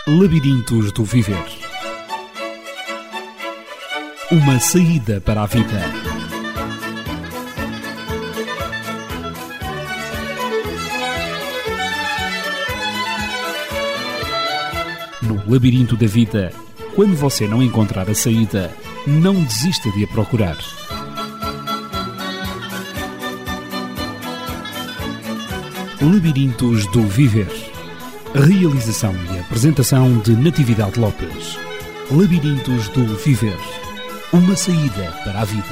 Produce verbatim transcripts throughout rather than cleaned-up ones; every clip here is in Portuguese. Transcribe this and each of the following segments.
Labirintos do Viver. Uma saída para a vida. No labirinto da vida, quando você não encontrar a saída, não desista de a procurar. Labirintos do Viver. Realização e apresentação de Natividade Lopes. Labirintos do Viver. Uma saída para a vida.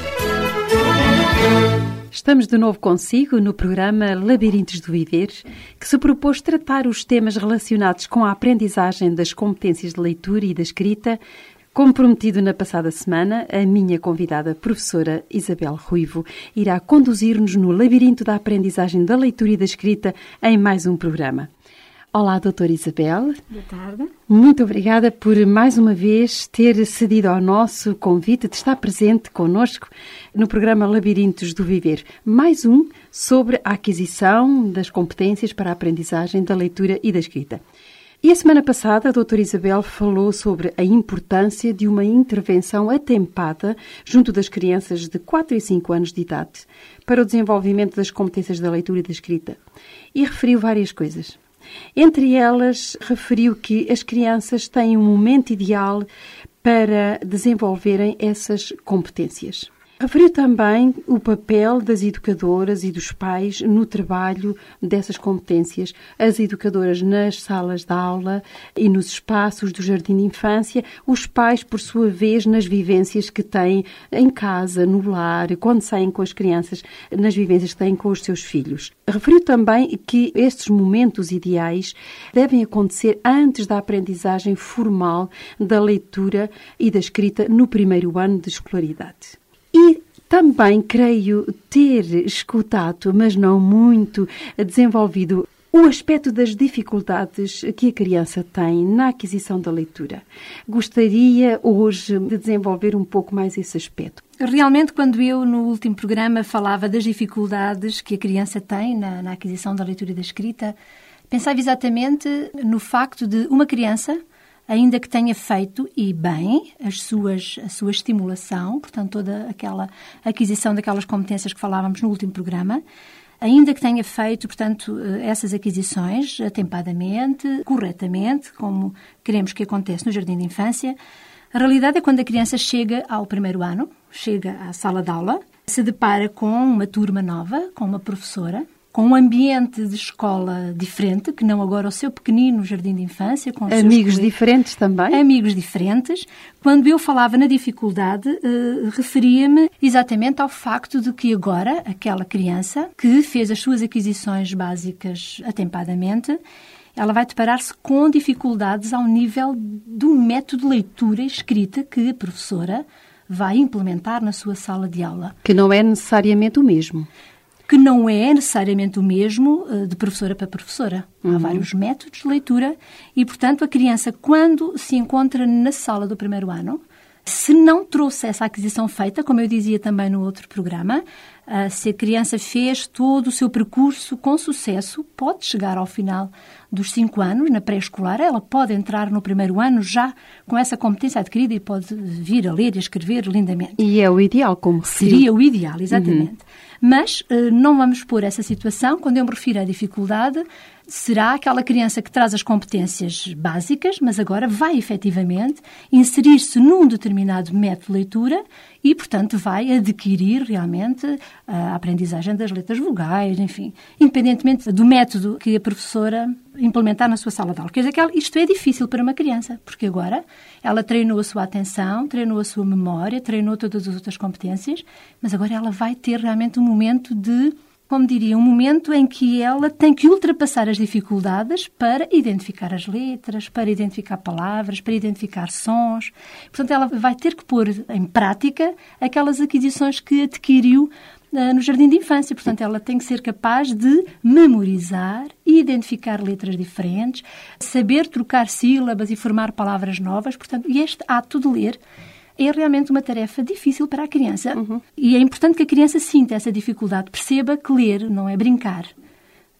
Estamos de novo consigo no programa Labirintos do Viver, que se propôs tratar os temas relacionados com a aprendizagem das competências de leitura e da escrita. Como prometido na passada semana, a minha convidada, professora Isabel Ruivo, irá conduzir-nos no labirinto da aprendizagem da leitura e da escrita em mais um programa. Olá, doutora Isabel. Boa tarde. Muito obrigada por, mais uma vez, ter cedido ao nosso convite de estar presente connosco no programa Labirintos do Viver. Mais um sobre a aquisição das competências para a aprendizagem da leitura e da escrita. E a semana passada, a doutora Isabel falou sobre a importância de uma intervenção atempada junto das crianças de quatro e cinco anos de idade para o desenvolvimento das competências da leitura e da escrita. E referiu várias coisas. Entre elas, referiu que as crianças têm um momento ideal para desenvolverem essas competências. Referiu também o papel das educadoras e dos pais no trabalho dessas competências. As educadoras nas salas de aula e nos espaços do jardim de infância, os pais, por sua vez, nas vivências que têm em casa, no lar, quando saem com as crianças, nas vivências que têm com os seus filhos. Referiu também que estes momentos ideais devem acontecer antes da aprendizagem formal da leitura e da escrita no primeiro ano de escolaridade. E também creio ter escutado, mas não muito, desenvolvido o aspecto das dificuldades que a criança tem na aquisição da leitura. Gostaria hoje de desenvolver um pouco mais esse aspecto. Realmente, quando eu no último programa falava das dificuldades que a criança tem na, na aquisição da leitura e da escrita, pensava exatamente no facto de uma criança, ainda que tenha feito, e bem, as suas, a sua estimulação, portanto, toda aquela aquisição daquelas competências que falávamos no último programa, ainda que tenha feito, portanto, essas aquisições atempadamente, corretamente, como queremos que aconteça no jardim de infância, a realidade é quando a criança chega ao primeiro ano, chega à sala de aula, se depara com uma turma nova, com uma professora, com um ambiente de escola diferente, que não agora o seu pequenino jardim de infância. Com os amigos seus diferentes também? Amigos diferentes. Quando eu falava na dificuldade, eh, referia-me exatamente ao facto de que agora aquela criança que fez as suas aquisições básicas atempadamente, ela vai deparar-se com dificuldades ao nível do método de leitura e escrita que a professora vai implementar na sua sala de aula. Que não é necessariamente o mesmo. Que não é necessariamente o mesmo de professora para professora. Uhum. Há vários métodos de leitura e, portanto, a criança, quando se encontra na sala do primeiro ano, se não trouxe essa aquisição feita, como eu dizia também no outro programa, se a criança fez todo o seu percurso com sucesso, pode chegar ao final dos cinco anos, na pré-escolar, ela pode entrar no primeiro ano já com essa competência adquirida e pode vir a ler e a escrever lindamente. E é o ideal, como referiu. Seria o ideal, exatamente. Uhum. Mas não vamos pôr essa situação. Quando eu me refiro à dificuldade, será aquela criança que traz as competências básicas, mas agora vai efetivamente inserir-se num determinado método de leitura e, portanto, vai adquirir realmente a aprendizagem das letras vogais, enfim, independentemente do método que a professora implementar na sua sala de aula. Quer dizer que isto é difícil para uma criança, porque agora ela treinou a sua atenção, treinou a sua memória, treinou todas as outras competências, mas agora ela vai ter realmente um momento de, como diria, um momento em que ela tem que ultrapassar as dificuldades para identificar as letras, para identificar palavras, para identificar sons. Portanto, ela vai ter que pôr em prática aquelas aquisições que adquiriu uh, no jardim de infância. Portanto, ela tem que ser capaz de memorizar e identificar letras diferentes, saber trocar sílabas e formar palavras novas. Portanto, e este ato de ler é realmente uma tarefa difícil para a criança. Uhum. E é importante que a criança sinta essa dificuldade, perceba que ler não é brincar.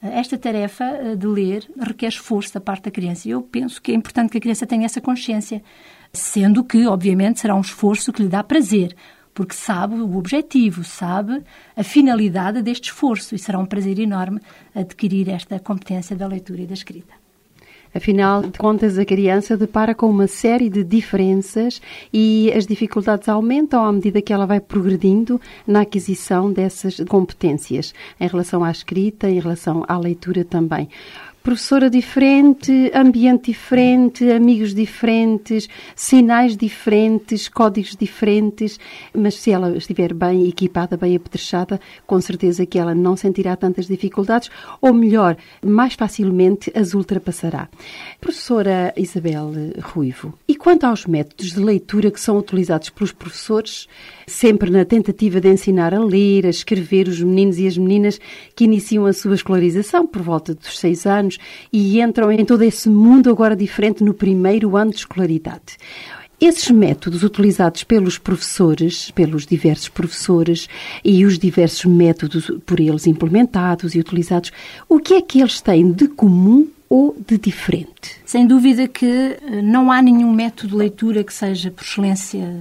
Esta tarefa de ler requer esforço da parte da criança. E eu penso que é importante que a criança tenha essa consciência, sendo que, obviamente, será um esforço que lhe dá prazer, porque sabe o objetivo, sabe a finalidade deste esforço, e será um prazer enorme adquirir esta competência da leitura e da escrita. Afinal de contas, a criança depara com uma série de diferenças e as dificuldades aumentam à medida que ela vai progredindo na aquisição dessas competências, em relação à escrita, em relação à leitura também. Professora diferente, ambiente diferente, amigos diferentes, sinais diferentes, códigos diferentes, mas se ela estiver bem equipada, bem apetrechada, com certeza que ela não sentirá tantas dificuldades, ou melhor, mais facilmente as ultrapassará. Professora Isabel Ruivo, e quanto aos métodos de leitura que são utilizados pelos professores, sempre na tentativa de ensinar a ler, a escrever os meninos e as meninas que iniciam a sua escolarização por volta dos seis anos, e entram em todo esse mundo agora diferente no primeiro ano de escolaridade. Esses métodos utilizados pelos professores, pelos diversos professores e os diversos métodos por eles implementados e utilizados, o que é que eles têm de comum ou de diferente? Sem dúvida que não há nenhum método de leitura que seja, por excelência,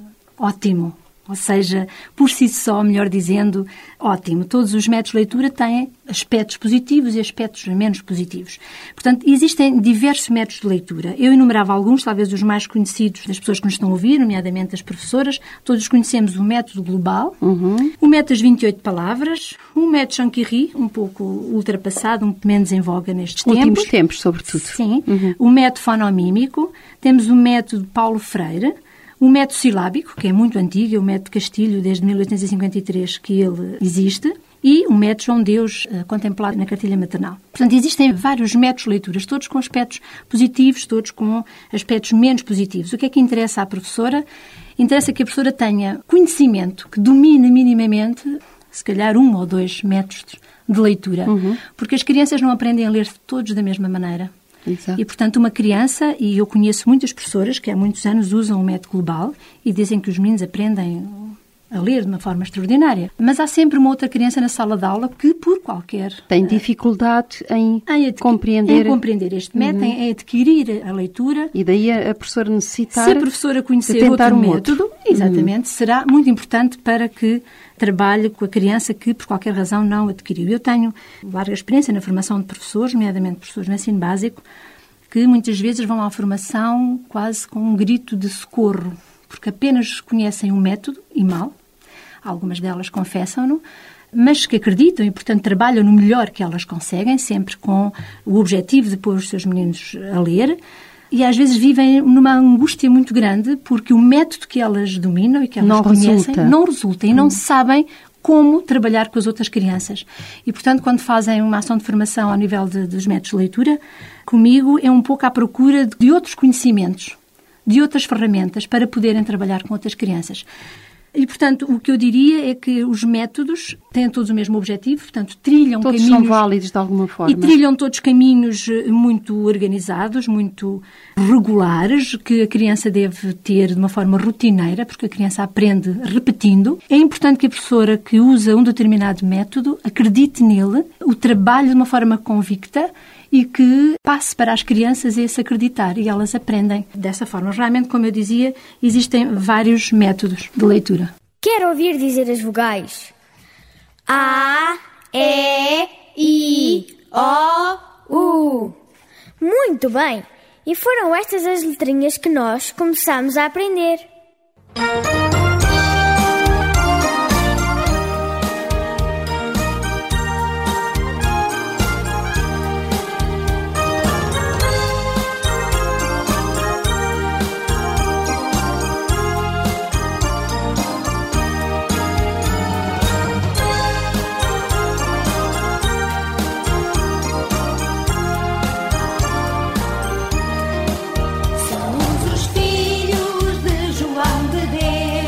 ótimo. Ou seja, por si só, melhor dizendo, ótimo. Todos os métodos de leitura têm aspectos positivos e aspectos menos positivos. Portanto, existem diversos métodos de leitura. Eu enumerava alguns, talvez os mais conhecidos das pessoas que nos estão a ouvir, nomeadamente as professoras. Todos conhecemos o método global, uhum. o método das vinte e oito palavras, o método Chankiri, um pouco ultrapassado, um menos em voga nestes Últimos tempos. Últimos tempos, sobretudo. Sim. Uhum. O método fonomímico. Temos o método Paulo Freire. O método silábico, que é muito antigo, é o método Castilho, desde mil oitocentos e cinquenta e três que ele existe, e o método João Deus, contemplado na cartilha maternal. Portanto, existem vários métodos de leituras, todos com aspectos positivos, todos com aspectos menos positivos. O que é que interessa à professora? Interessa que a professora tenha conhecimento, que domine minimamente, se calhar um ou dois métodos de leitura, uhum. porque as crianças não aprendem a ler todos da mesma maneira. Exato. E, portanto, uma criança, e eu conheço muitas professoras que há muitos anos usam o método global e dizem que os meninos aprendem a ler de uma forma extraordinária. Mas há sempre uma outra criança na sala de aula que, por qualquer... Tem dificuldade em, em adqu- compreender... Em compreender este método, uhum. em adquirir a leitura. E daí a professora necessitar... Se a professora conhecer outro um método, outro. exatamente, uhum. será muito importante para que trabalhe com a criança que, por qualquer razão, não adquiriu. Eu tenho larga experiência na formação de professores, nomeadamente professores no ensino básico, que muitas vezes vão à formação quase com um grito de socorro, porque apenas conhecem um método, e mal, algumas delas confessam-no, mas que acreditam e, portanto, trabalham no melhor que elas conseguem, sempre com o objetivo de pôr os seus meninos a ler, e às vezes vivem numa angústia muito grande porque o método que elas dominam e que elas não conhecem resulta. não resulta e não hum. sabem como trabalhar com as outras crianças. E, portanto, quando fazem uma ação de formação ao nível de, dos métodos de leitura, comigo é um pouco à procura de outros conhecimentos, de outras ferramentas para poderem trabalhar com outras crianças. E, portanto, o que eu diria é que os métodos têm todos o mesmo objetivo, portanto, trilham todos caminhos... Todos são válidos de alguma forma. E trilham todos caminhos muito organizados, muito regulares, que a criança deve ter de uma forma rotineira, porque a criança aprende repetindo. É importante que a professora que usa um determinado método acredite nele, o trabalhe de uma forma convicta e que passe para as crianças esse acreditar e elas aprendem dessa forma. Realmente, como eu dizia, existem vários métodos de leitura. Quero ouvir dizer as vogais. A, E, I, O, U. Muito bem! E foram estas as letrinhas que nós começámos a aprender. Somos os filhos de João de Deus.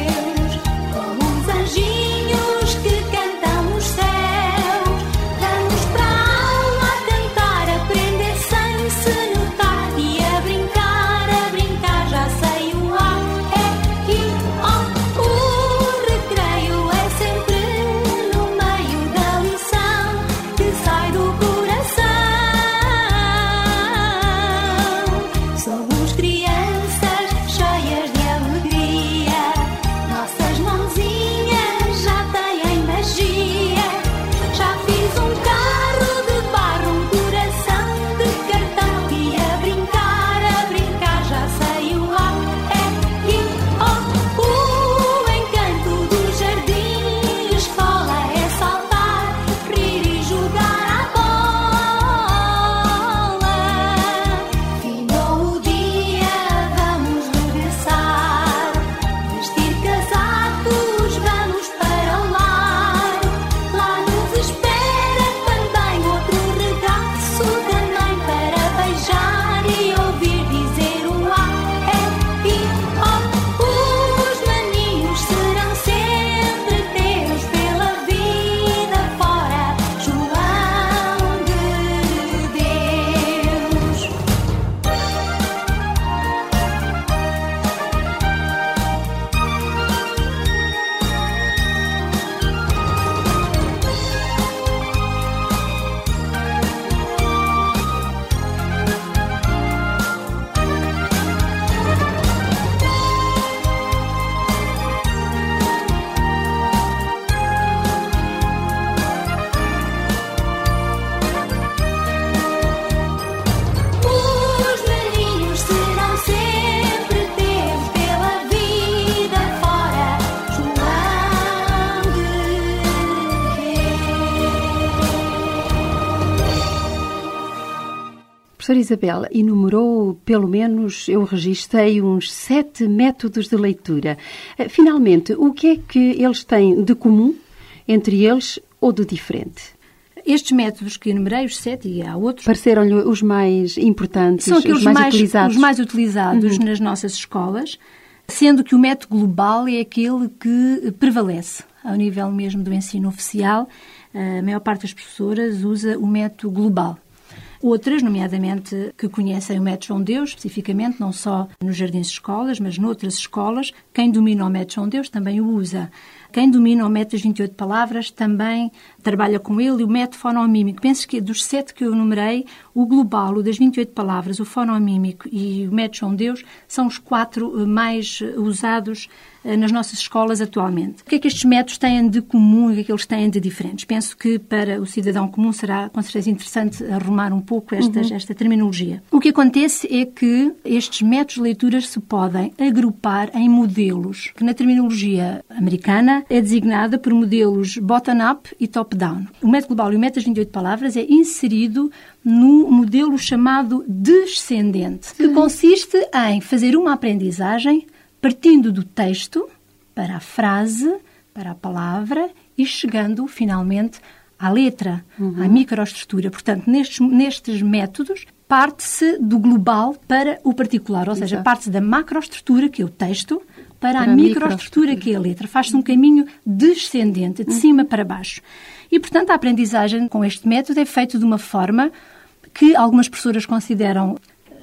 Professora Isabel, enumerou, pelo menos eu registrei, uns sete métodos de leitura. Finalmente, o que é que eles têm de comum entre eles ou de diferente? Estes métodos que enumerei, os sete, e há outros... Pareceram-lhe os mais importantes, são aqueles os mais, mais utilizados? Os mais utilizados uhum. nas nossas escolas, sendo que o método global é aquele que prevalece. Ao nível mesmo do ensino oficial, a maior parte das professoras usa o método global. Outras, nomeadamente, que conhecem o método João Deus, especificamente, não só nos jardins de escolas, mas noutras escolas, quem domina o método João Deus também o usa. Quem domina o método das vinte e oito palavras também trabalha com ele, e o método fonomímico. Penso que dos sete que eu enumerei, o global, o das vinte e oito palavras, o fonomímico e o método João Deus são os quatro mais usados nas nossas escolas atualmente. O que é que estes métodos têm de comum e o que é que eles têm de diferentes? Penso que para o cidadão comum será, com certeza, interessante arrumar um pouco estas, uhum. esta terminologia. O que acontece é que estes métodos de leitura se podem agrupar em modelos, que na terminologia americana é designada por modelos bottom-up e top-down. O método global e o método das vinte e oito palavras é inserido no modelo chamado descendente, que consiste em fazer uma aprendizagem partindo do texto para a frase, para a palavra e chegando finalmente à letra, uhum. à microestrutura. Portanto, nestes, nestes métodos, parte-se do global para o particular, ou Exato. seja, parte-se da macroestrutura, que é o texto, para, para a microestrutura, que é a letra. Faz-se um caminho descendente, de uhum. cima para baixo. E, portanto, a aprendizagem com este método é feita de uma forma que algumas professoras consideram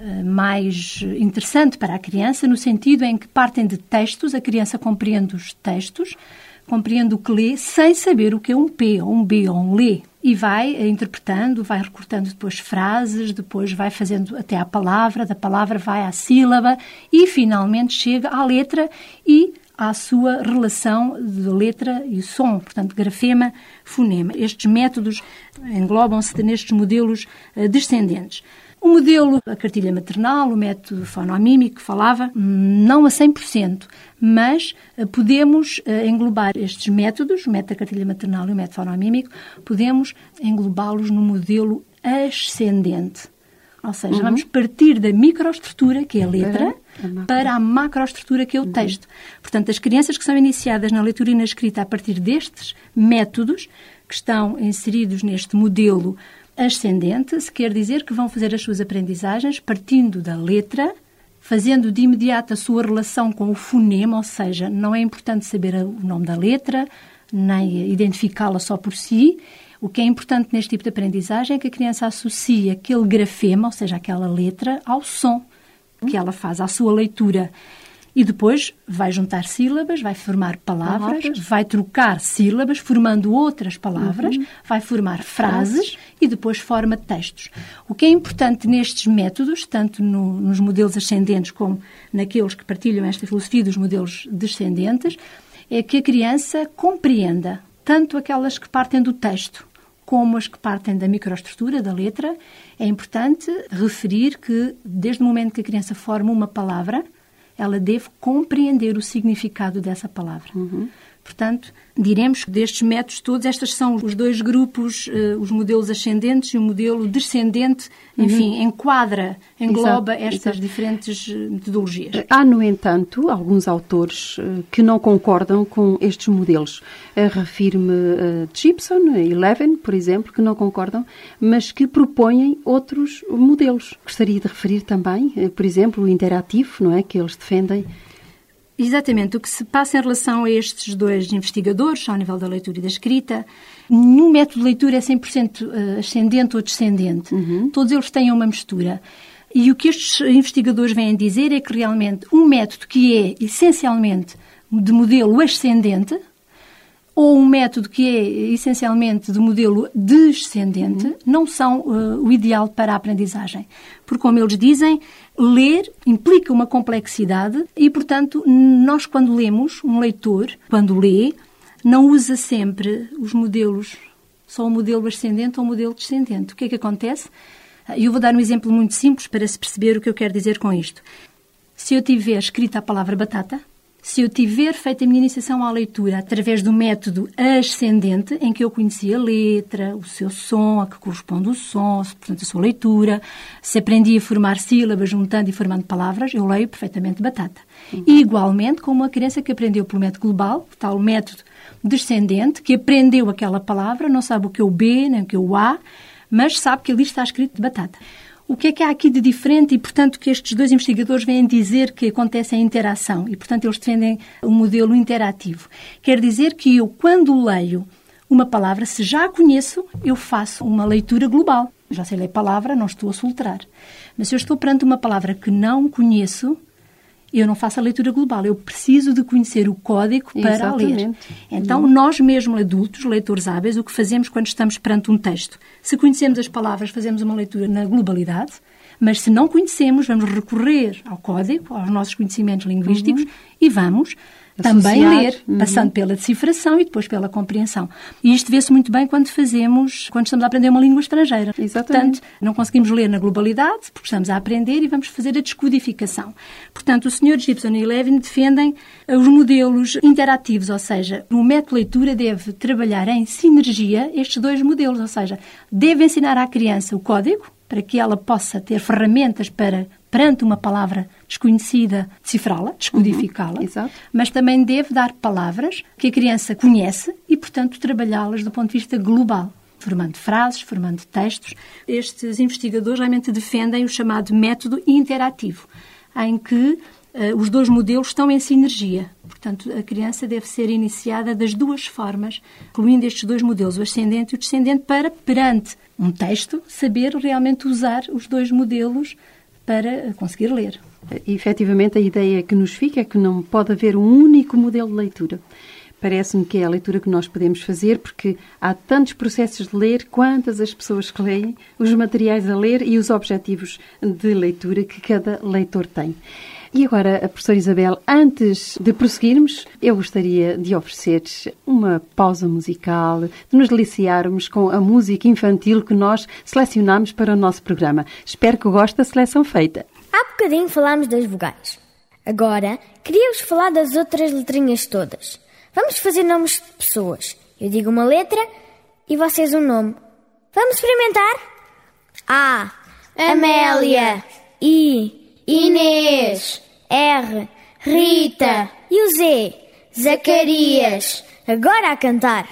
mais interessante para a criança, no sentido em que partem de textos, a criança compreende os textos, compreende o que lê, sem saber o que é um P, ou um B, ou um Lê. E vai interpretando, vai recortando depois frases, depois vai fazendo até à palavra, da palavra vai à sílaba e, finalmente, chega à letra e à sua relação de letra e som, portanto, grafema, fonema. Estes métodos englobam-se nestes modelos descendentes. O modelo, a cartilha maternal, o método fonomímico que falava, não a cem por cento, mas podemos englobar estes métodos, o método da cartilha maternal e o método fonomímico, podemos englobá-los no modelo ascendente. Ou seja, uhum. vamos partir da microestrutura, que é a letra, uhum. para a macroestrutura, que é o uhum. texto. Portanto, as crianças que são iniciadas na leitura e na escrita a partir destes métodos, que estão inseridos neste modelo ascendente, se quer dizer que vão fazer as suas aprendizagens partindo da letra, fazendo de imediato a sua relação com o fonema, ou seja, não é importante saber o nome da letra, nem identificá-la só por si. O que é importante neste tipo de aprendizagem é que a criança associe aquele grafema, ou seja, aquela letra, ao som que ela faz, à sua leitura. E depois vai juntar sílabas, vai formar palavras, palavras. vai trocar sílabas, formando outras palavras, uhum. vai formar frases e depois forma textos. O que é importante nestes métodos, tanto no, nos modelos ascendentes como naqueles que partilham esta filosofia dos modelos descendentes, é que a criança compreenda tanto aquelas que partem do texto como as que partem da microestrutura, da letra. É importante referir que, desde o momento que a criança forma uma palavra, ela deve compreender o significado dessa palavra. Uhum. Portanto, diremos que destes métodos todos, estes são os dois grupos, uh, os modelos ascendentes e o modelo descendente, enfim, uhum. enquadra, engloba exato, estas exato. diferentes metodologias. Há, no entanto, alguns autores uh, que não concordam com estes modelos. Uh, refiro-me a uh, Gibson, a Eleven, por exemplo, que não concordam, mas que propõem outros modelos. Gostaria de referir também, uh, por exemplo, o interativo, não é, que eles defendem. Exatamente. O que se passa em relação a estes dois investigadores, ao nível da leitura e da escrita, nenhum método de leitura é cem por cento ascendente ou descendente. Uhum. Todos eles têm uma mistura. E o que estes investigadores vêm dizer é que realmente um método que é essencialmente de modelo ascendente ou um método que é essencialmente de modelo descendente uhum. não são uh, o ideal para a aprendizagem. Porque, como eles dizem, ler implica uma complexidade e, portanto, nós quando lemos, um leitor, quando lê, não usa sempre os modelos, só o modelo ascendente ou o modelo descendente. O que é que acontece? Eu vou dar um exemplo muito simples para se perceber o que eu quero dizer com isto. Se eu tiver escrita a palavra batata, Se eu tiver feito a minha iniciação à leitura através do método ascendente, em que eu conheci a letra, o seu som, a que corresponde o som, portanto a sua leitura, se aprendi a formar sílabas, juntando e formando palavras, eu leio perfeitamente batata. Uhum. E igualmente com uma criança que aprendeu pelo método global, o tal método descendente, que aprendeu aquela palavra, não sabe o que é o B, nem o que é o A, mas sabe que ali está escrito de batata. O que é que há aqui de diferente e, portanto, que estes dois investigadores vêm dizer que acontece a interação e, portanto, eles defendem o modelo interativo. Quer dizer que eu, quando leio uma palavra, se já a conheço, eu faço uma leitura global. Já sei ler palavra, não estou a soltrar. Mas se eu estou perante uma palavra que não conheço, eu não faço a leitura global. Eu preciso de conhecer o código para Exatamente. ler. Então, nós mesmo adultos, leitores hábeis, o que fazemos quando estamos perante um texto? Se conhecemos as palavras, fazemos uma leitura na globalidade, mas se não conhecemos, vamos recorrer ao código, aos nossos conhecimentos linguísticos, uhum. e vamos também Associar. ler, Uhum. passando pela decifração e depois pela compreensão. E isto vê-se muito bem quando fazemos, quando estamos a aprender uma língua estrangeira. Exatamente. Portanto, não conseguimos ler na globalidade, porque estamos a aprender e vamos fazer a descodificação. Portanto, o senhor Gibson e Levin defendem os modelos interativos, ou seja, o método de leitura deve trabalhar em sinergia estes dois modelos, ou seja, deve ensinar à criança o código, para que ela possa ter ferramentas para, perante uma palavra desconhecida, decifrá-la, descodificá-la, Uhum. Exato. mas também deve dar palavras que a criança conhece e, portanto, trabalhá-las do ponto de vista global, formando frases, formando textos. Estes investigadores realmente defendem o chamado método interativo, em que uh, os dois modelos estão em sinergia. Portanto, a criança deve ser iniciada das duas formas, incluindo estes dois modelos, o ascendente e o descendente, para, perante um texto, saber realmente usar os dois modelos para conseguir ler. E, efetivamente, a ideia que nos fica é que não pode haver um único modelo de leitura. Parece-me que é a leitura que nós podemos fazer, porque há tantos processos de ler, quantas as pessoas que leem, os materiais a ler e os objetivos de leitura que cada leitor tem. E agora, a professora Isabel, antes de prosseguirmos, eu gostaria de oferecer uma pausa musical, de nos deliciarmos com a música infantil que nós selecionamos para o nosso programa. Espero que goste da seleção feita. Há bocadinho falámos das vogais. Agora, queria-vos falar das outras letrinhas todas. Vamos fazer nomes de pessoas. Eu digo uma letra e vocês um nome. Vamos experimentar? A. Amélia. I. Inês. R. Rita. E o Z. Zacarias. Agora a cantar.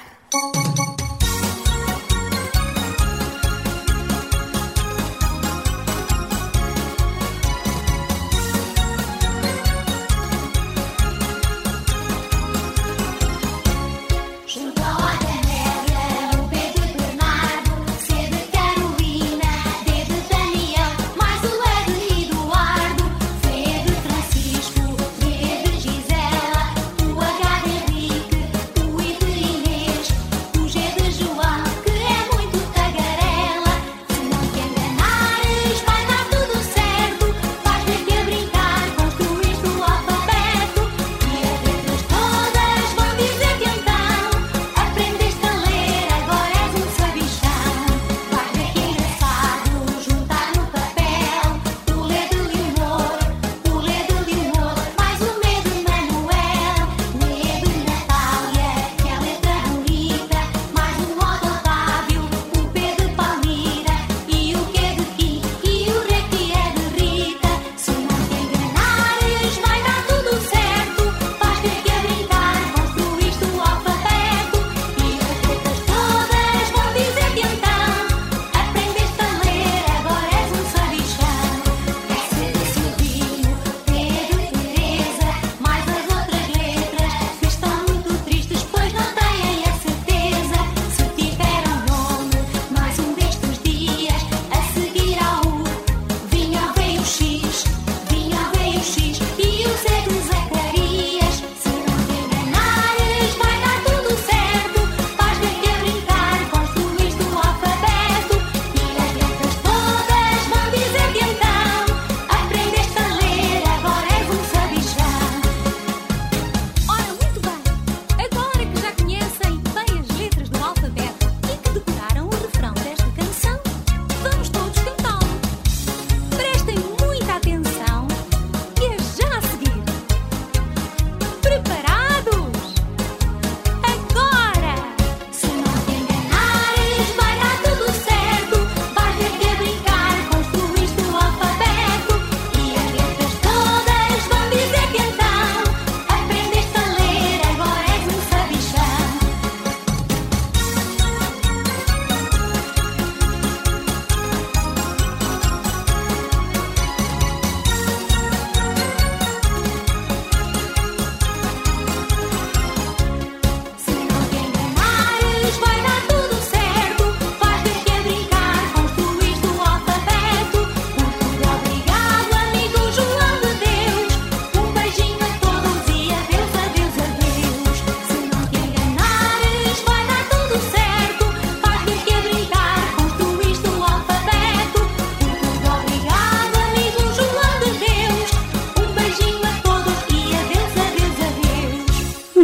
Gisela, o H de Henrique, o I de Inês,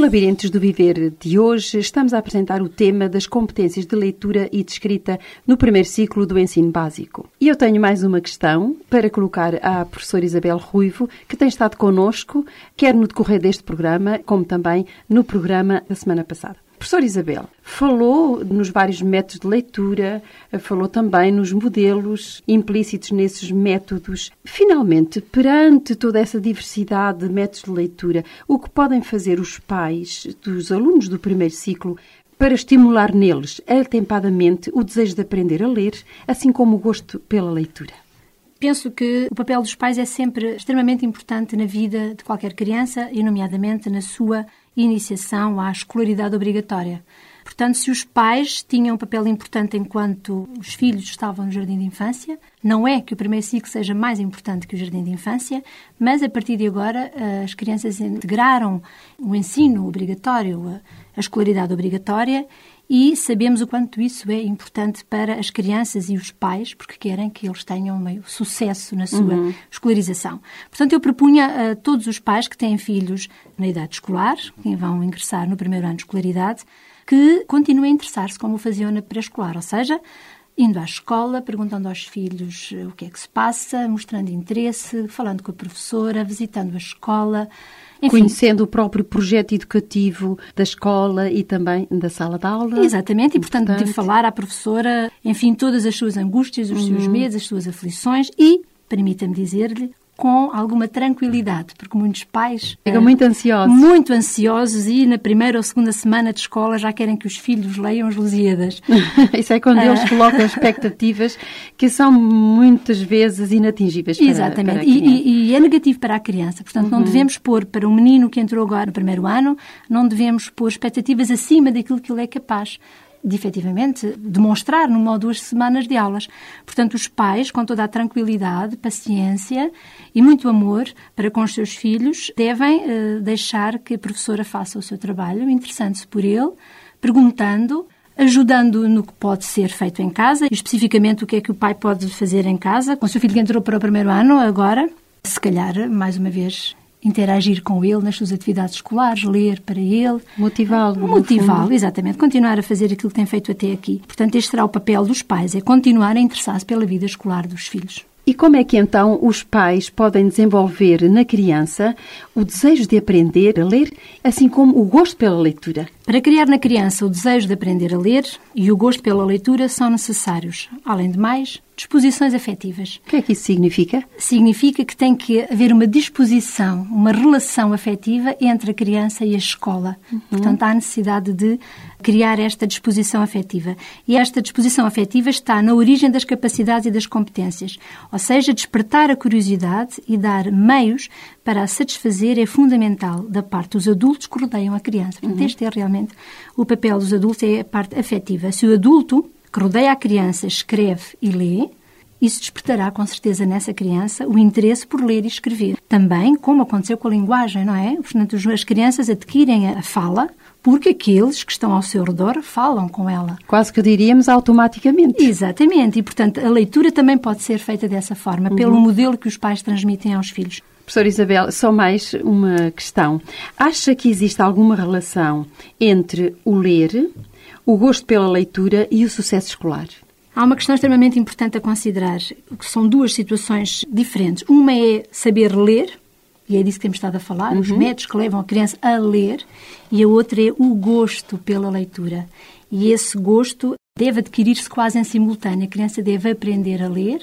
Labirintos do Viver de hoje estamos a apresentar o tema das competências de leitura e de escrita no primeiro ciclo do ensino básico. E eu tenho mais uma questão para colocar à professora Isabel Ruivo, que tem estado connosco, quer no decorrer deste programa, como também no programa da semana passada. Professora Isabel, falou nos vários métodos de leitura, falou também nos modelos implícitos nesses métodos. Finalmente, perante toda essa diversidade de métodos de leitura, o que podem fazer os pais dos alunos do primeiro ciclo para estimular neles, atempadamente, o desejo de aprender a ler, assim como o gosto pela leitura? Penso que o papel dos pais é sempre extremamente importante na vida de qualquer criança e, nomeadamente, na sua iniciação à escolaridade obrigatória. Portanto, se os pais tinham um papel importante enquanto os filhos estavam no jardim de infância, não é que o primeiro ciclo seja mais importante que o jardim de infância, mas a partir de agora as crianças integraram o ensino obrigatório, a escolaridade obrigatória, e sabemos o quanto isso é importante para as crianças e os pais, porque querem que eles tenham meio sucesso na sua uhum. escolarização. Portanto, eu propunha a todos os pais que têm filhos na idade escolar, que vão ingressar no primeiro ano de escolaridade, que continuem a interessar-se como faziam na pré-escolar, ou seja, indo à escola, perguntando aos filhos o que é que se passa, mostrando interesse, falando com a professora, visitando a escola. Enfim, conhecendo o próprio projeto educativo da escola e também da sala de aula. Exatamente, e portanto Importante. de falar à professora, enfim, todas as suas angústias, os uhum. seus medos, as suas aflições e, permita-me dizer-lhe, com alguma tranquilidade, porque muitos pais... Ficam uh, muito ansiosos. Muito ansiosos e na primeira ou segunda semana de escola já querem que os filhos leiam os Lusíadas. Isso é quando uh, eles colocam expectativas que são muitas vezes inatingíveis para, exatamente. para a criança. E, e é negativo para a criança. Portanto, uhum. não devemos pôr para um menino que entrou agora no primeiro ano, não devemos pôr expectativas acima daquilo que ele é capaz de, efetivamente, demonstrar numa ou duas semanas de aulas. Portanto, os pais, com toda a tranquilidade, paciência e muito amor para com os seus filhos, devem uh, deixar que a professora faça o seu trabalho, interessando-se por ele, perguntando, ajudando no que pode ser feito em casa, e especificamente o que é que o pai pode fazer em casa, com o seu filho que entrou para o primeiro ano agora, se calhar, mais uma vez, interagir com ele nas suas atividades escolares, ler para ele. Motivá-lo. Motivá-lo, exatamente. Continuar a fazer aquilo que tem feito até aqui. Portanto, este será o papel dos pais, é continuar a interessar-se pela vida escolar dos filhos. E como é que então os pais podem desenvolver na criança o desejo de aprender a ler, assim como o gosto pela leitura? Para criar na criança o desejo de aprender a ler e o gosto pela leitura são necessários, além de mais, disposições afetivas. O que é que isso significa? Significa que tem que haver uma disposição, uma relação afetiva entre a criança e a escola. Uhum. Portanto, há necessidade de criar esta disposição afetiva. E esta disposição afetiva está na origem das capacidades e das competências. Ou seja, despertar a curiosidade e dar meios para a satisfazer é fundamental da parte dos adultos que rodeiam a criança. Portanto, uhum. este é realmente o papel dos adultos, é a parte afetiva. Se o adulto que rodeia a criança escreve e lê, isso despertará com certeza nessa criança o interesse por ler e escrever. Também, como aconteceu com a linguagem, não é? Portanto, as crianças adquirem a fala porque aqueles que estão ao seu redor falam com ela. Quase que diríamos automaticamente. Exatamente. E, portanto, a leitura também pode ser feita dessa forma, uhum. pelo modelo que os pais transmitem aos filhos. Professora Isabel, só mais uma questão. Acha que existe alguma relação entre o ler, o gosto pela leitura e o sucesso escolar? Há uma questão extremamente importante a considerar, que são duas situações diferentes. Uma é saber ler, e é disso que temos estado a falar, uhum. os métodos que levam a criança a ler, e a outra é o gosto pela leitura. E esse gosto deve adquirir-se quase em simultâneo. A criança deve aprender a ler,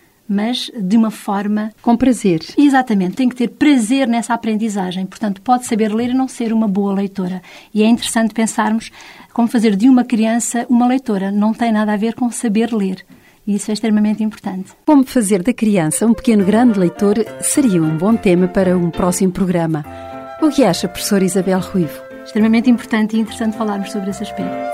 mas de uma forma... com prazer. Exatamente, tem que ter prazer nessa aprendizagem. Portanto, pode saber ler e não ser uma boa leitora. E é interessante pensarmos como fazer de uma criança uma leitora. Não tem nada a ver com saber ler. E isso é extremamente importante. Como fazer da criança um pequeno grande leitor seria um bom tema para um próximo programa. O que acha, professora Isabel Ruivo? Extremamente importante e interessante falarmos sobre esse aspecto.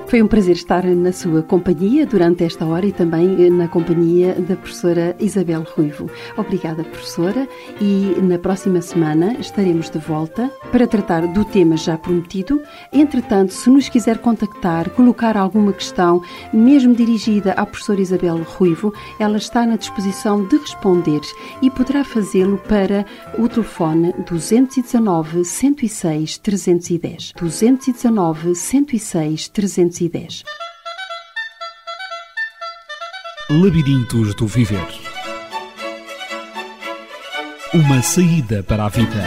Foi um prazer estar na sua companhia durante esta hora e também na companhia da professora Isabel Ruivo. Obrigada, professora, e na próxima semana estaremos de volta para tratar do tema já prometido. Entretanto, se nos quiser contactar, colocar alguma questão, mesmo dirigida à professora Isabel Ruivo, ela está na disposição de responder e poderá fazê-lo para o telefone duzentos e dezanove, cento e seis, trezentos e dez. duzentos e dezanove, cento e seis, trezentos e dez. Labirintos do Viver. Uma saída para a vida.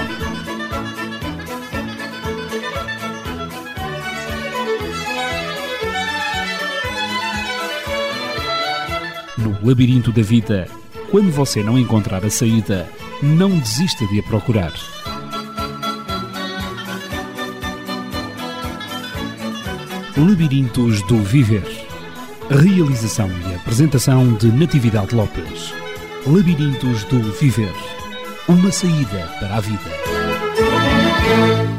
No labirinto da vida, quando você não encontrar a saída, não desista de a procurar. Labirintos do Viver. Realização e apresentação de Natividade Lopes. Labirintos do Viver. Uma saída para a vida.